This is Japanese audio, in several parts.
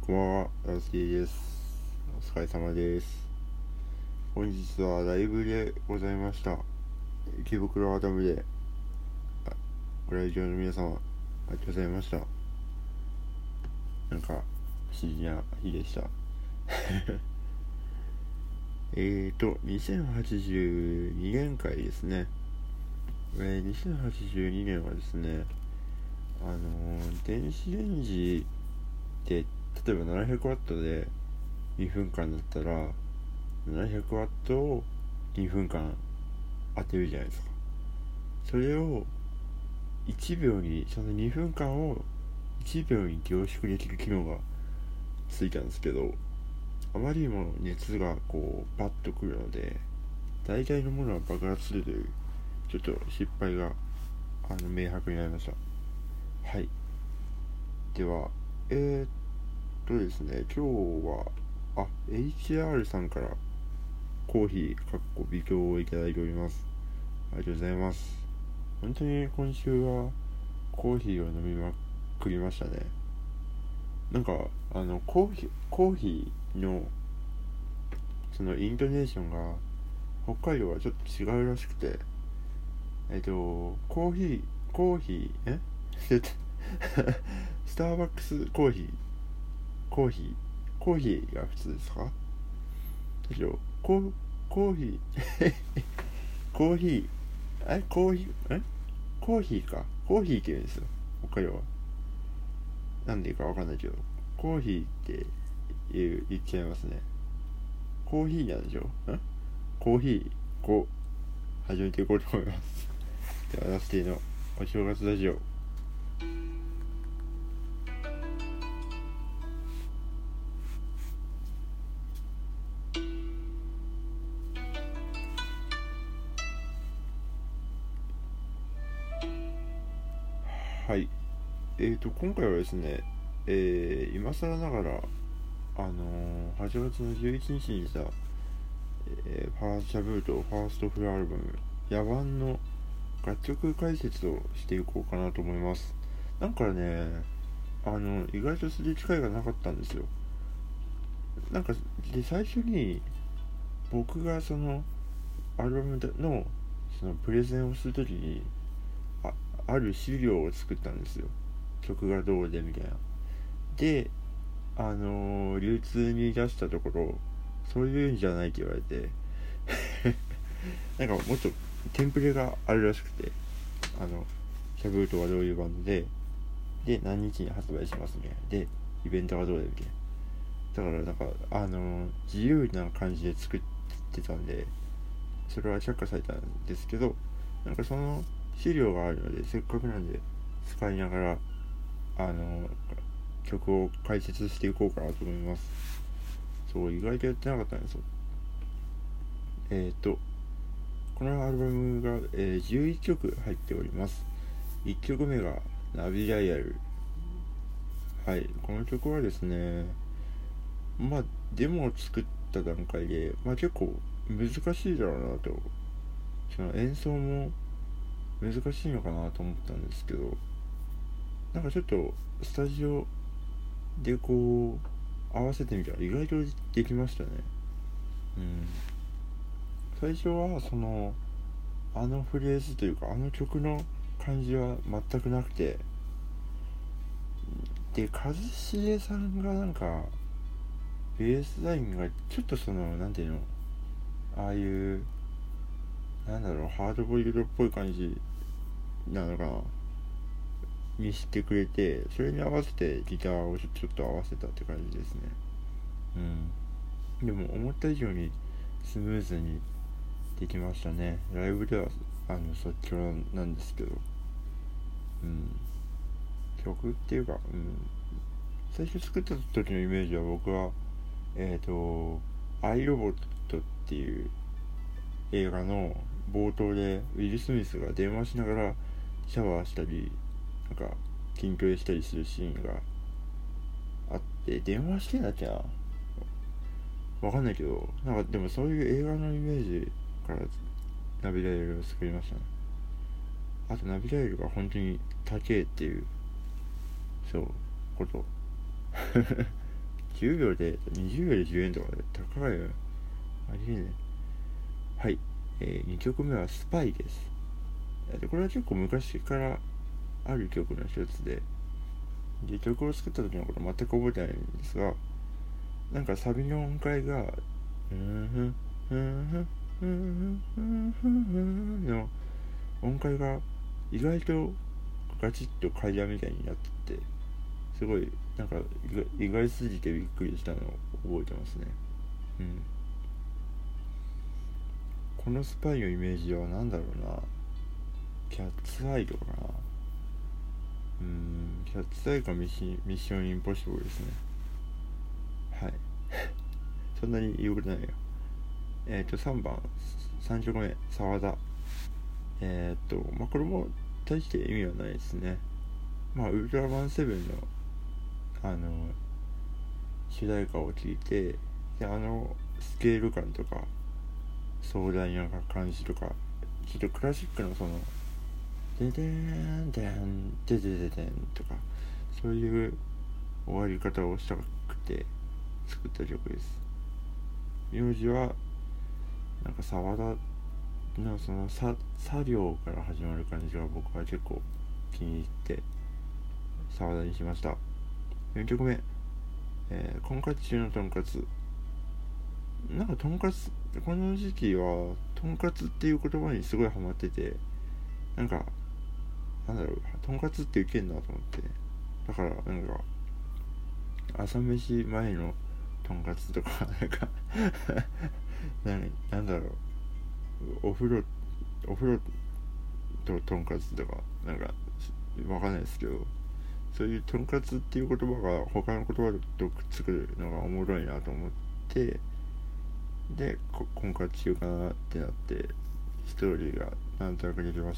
こんばんは、ラスティです。お疲れ様です。本日はライブでございました。池袋アダムでご来場の皆様、ありがとうございました。なんか、不思議な日でした。2082年回ですね。2082年はですね、電子レンジで、例えば 700W で2分間だったら、700W を2分間当てるじゃないですか。それを1秒に、その2分間を1秒に凝縮できる機能がついたんですけど、あまりにも熱がこうバッとくるので、大体のものは爆発するというちょっと失敗が明白になりました。はい。ではですね、今日はHR さんからコーヒー微糖をいただいております。ありがとうございます。本当に今週はコーヒーを飲みまくりましたね。なんかコーヒーのそのイントネーションが北海道はちょっと違うらしくて、コーヒースターバックスコーヒーが普通ですか？コーヒーコーヒーコーヒーコーヒーかコーヒーって言うんですよ、北海道は。なんでかわかんないけど、コーヒーって言っちゃいますね。コーヒーなんでしょ？コーヒー、始めていこうと思います。では、ラスティのお正月ラジオ。はい。今回はですね、今更ながら、8月の11日にした、ファーストブートファーストフルアルバム、野蛮の楽曲解説をしていこうかなと思います。なんかね、意外とする機会がなかったんですよ。なんか、で、最初に僕がそのアルバムのそのプレゼンをするときにある資料を作ったんですよ。曲がどうでみたいな。で、流通に出したところ、そういうんじゃないって言われてなんかもっとテンプレがあるらしくて、シャブートはどういうバンドで何日に発売しますみたいな。で、イベントがどうでみたいな。だからなんか自由な感じで作ってたんで、それは却下されたんですけど、なんかその資料があるので、せっかくなんで使いながら曲を解説していこうかなと思います。そう、意外とやってなかったんですよ。このアルバムが、11曲入っております。1曲目がナビダイヤル。はい、この曲はですね、デモを作った段階で、結構難しいだろうなと、その演奏も難しいのかなと思ったんですけど、なんかちょっとスタジオでこう合わせてみたら意外とできましたね。最初はフレーズというか曲の感じは全くなくて、で一茂さんがなんかベースラインがちょっとなんていうの、ああいうハードボイルドっぽい感じなのかなにしてくれて、それに合わせてギターをちょっと合わせたって感じですね。でも思った以上にスムーズにできましたね。ライブでは即興なんですけど、曲っていうか、最初作った時のイメージは、僕はアイロボットっていう映画の冒頭でウィル・スミスが電話しながらシャワーしたりなんか筋トレしたりするシーンがあって、電話してんだっけな、わかんないけど、なんかでもそういう映画のイメージからナビライルを作りましたね。あとナビライルが本当に高えっていうこと 10秒で20秒で10円とかで高いよ。ありえねえ。はい、2曲目はスパイです。でこれは結構昔からある曲の一つで、曲を作った時のこと全く覚えてないんですが、なんかサビの音階がの音階が意外とガチッと階段みたいになってて、すごいなんか意外すぎてびっくりしたのを覚えてますね。このスパイのイメージは何だろうな、キャッツアイとかかな。キャッツアイかミッションインポッシブルですね。はいそんなに言うことないよ。3番3曲目沢田。これも大して意味はないですね。ウルトラマンセブンの主題歌を聴いて、でスケール感とか壮大な感じとか、ちょっとクラシックのそのデデーンデンデデデデンとか、そういう終わり方をしたくて作った曲です。名字はなんか沢田のその作業から始まる感じが僕は結構気に入って沢田にしました。4曲目、婚活中のとんかつ。なんかとんかつ、この時期はとんかつっていう言葉にすごいハマってて、なんだろう、とんかつってウケんなと思って、だからなんか朝飯前のとんかつとかなんだろう、お風呂ととんかつとかなんかわかんないですけど、そういうとんかつっていう言葉が他の言葉とくっつくのがおもろいなと思って、で婚活中かなってなってストーリーがなんとなくできました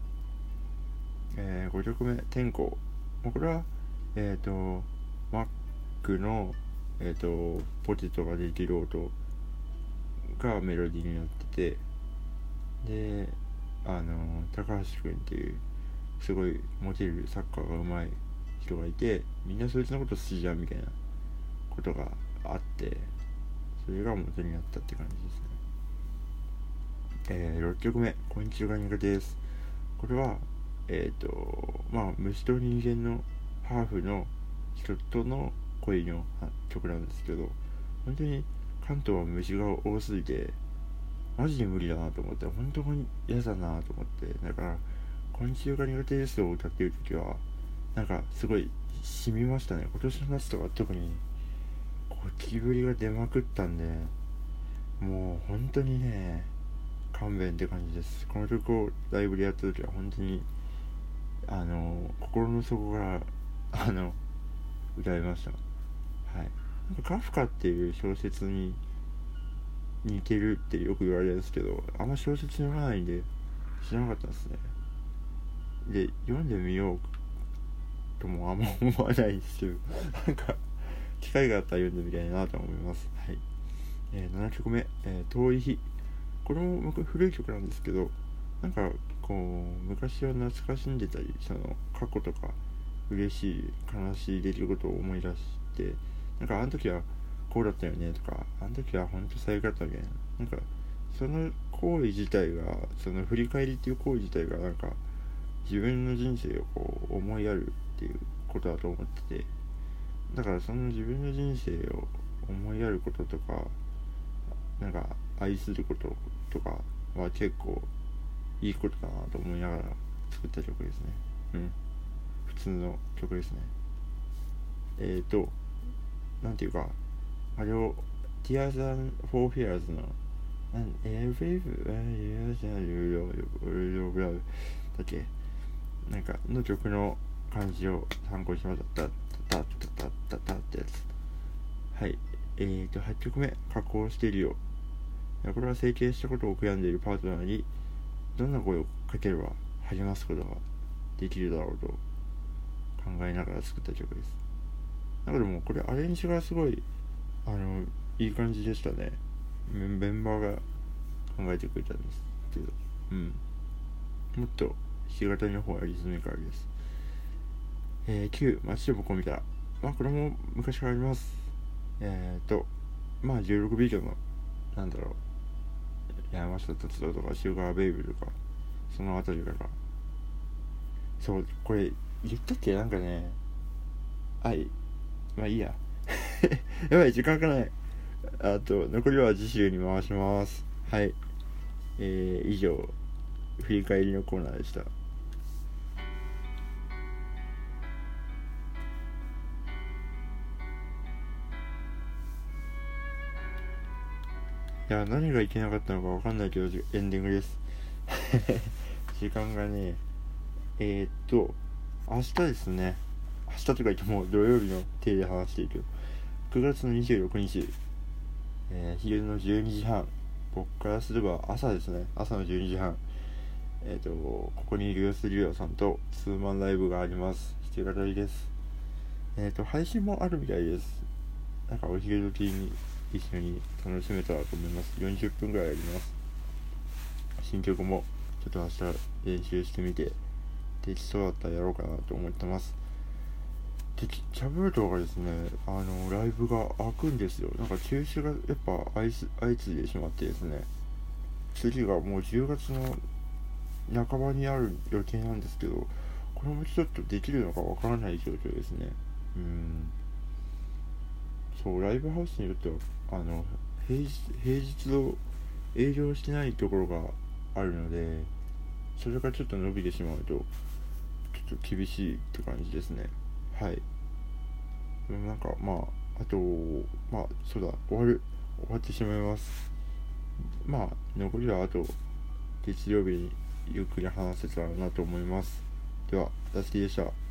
。5曲目天候。これはマックのポテトができる音がメロディーになってて、で高橋君っていうすごいモテるサッカーが上手い人がいて、みんなそいつのこと好きじゃんみたいなことがあって、それが元になったって感じですね。6曲目昆虫が苦手です。これは虫と人間のハーフの人との恋の曲なんですけど、本当に関東は虫が多すぎてマジで無理だなと思って、本当に嫌だなと思って、だから昆虫が苦手ですを歌っている時はなんかすごい染みましたね。今年の夏とか特にゴキブリが出まくったんで、もう本当にね勘弁って感じです。この曲をライブでやった時は本当に心の底から歌いました。はい。なんかカフカっていう小説に似てるってよく言われるんですけど、あんま小説読まないんで知らなかったですね。で読んでみようともあんま思わないんですけどなんか機会があったら読んでみたいなと思います。はい。7曲目、遠い日。これも古い曲なんですけど、なんかこう昔は懐かしんでたり、その過去とか嬉しい悲しい出来事を思い出して、なんかあの時はこうだったよねとか、あの時は本当最悪だったみたいな、なんかその行為自体が、その振り返りっていう行為自体がなんか自分の人生をこう思いやるっていうことだと思ってて、だからその自分の人生を思いやることとか、なんか愛することとかは結構いいことだなと思いながら作った曲ですね。普通の曲ですね。なんていうか、あれを Tears for Fears のだっけ、なんかの曲の感じを参考にしました。タッタッタッタッタッってやつ。はい。8曲目、加工しているよ。これは整形したことを悔やんでいるパートナーにどんな声をかければ励ますことができるだろうと考えながら作った曲です。だからもうこれアレンジがすごいいい感じでしたね。メンバーが考えてくれたんですけど、もっと弾き語りの方はリズミカルです。9、街で僕を見たら。これも昔からあります。 まあ16ビデオのなんだろう、山下達郎とかシュガーベイブとかそのあたりから、そうこれ言ったっけ、なんかね、まあいいややばい時間がない。あと残りは次週に回します。はい、以上振り返りのコーナーでした。いや何がいけなかったのかわかんないけどエンディングです時間がね、明日ですね、明日とか言ってもう土曜日の手で話している9月の26日、昼の12時半、僕からすれば朝ですね、朝の12時半、ここにいるヨスリオさんとツーマンライブがあります。弾き語りです。配信もあるみたいです。なんかお昼時に一緒に楽しめたらと思います。40分ぐらいあります。新曲もちょっと明日練習してみて、できそうだったらやろうかなと思ってます。でキャブートがですね、ライブが開くんですよ。なんか中止がやっぱ相次いでしまってですね、次がもう10月の半ばにある予定なんですけど、これもちょっとできるのかわからない状況ですね。そうライブハウスによっては平日の営業してないところがあるので、それがちょっと伸びてしまうとちょっと厳しいって感じですね。はい。なんかあとそうだ、終わってしまいます。残りはあと月曜日にゆっくり話せたらなと思います。では、ダスティでした。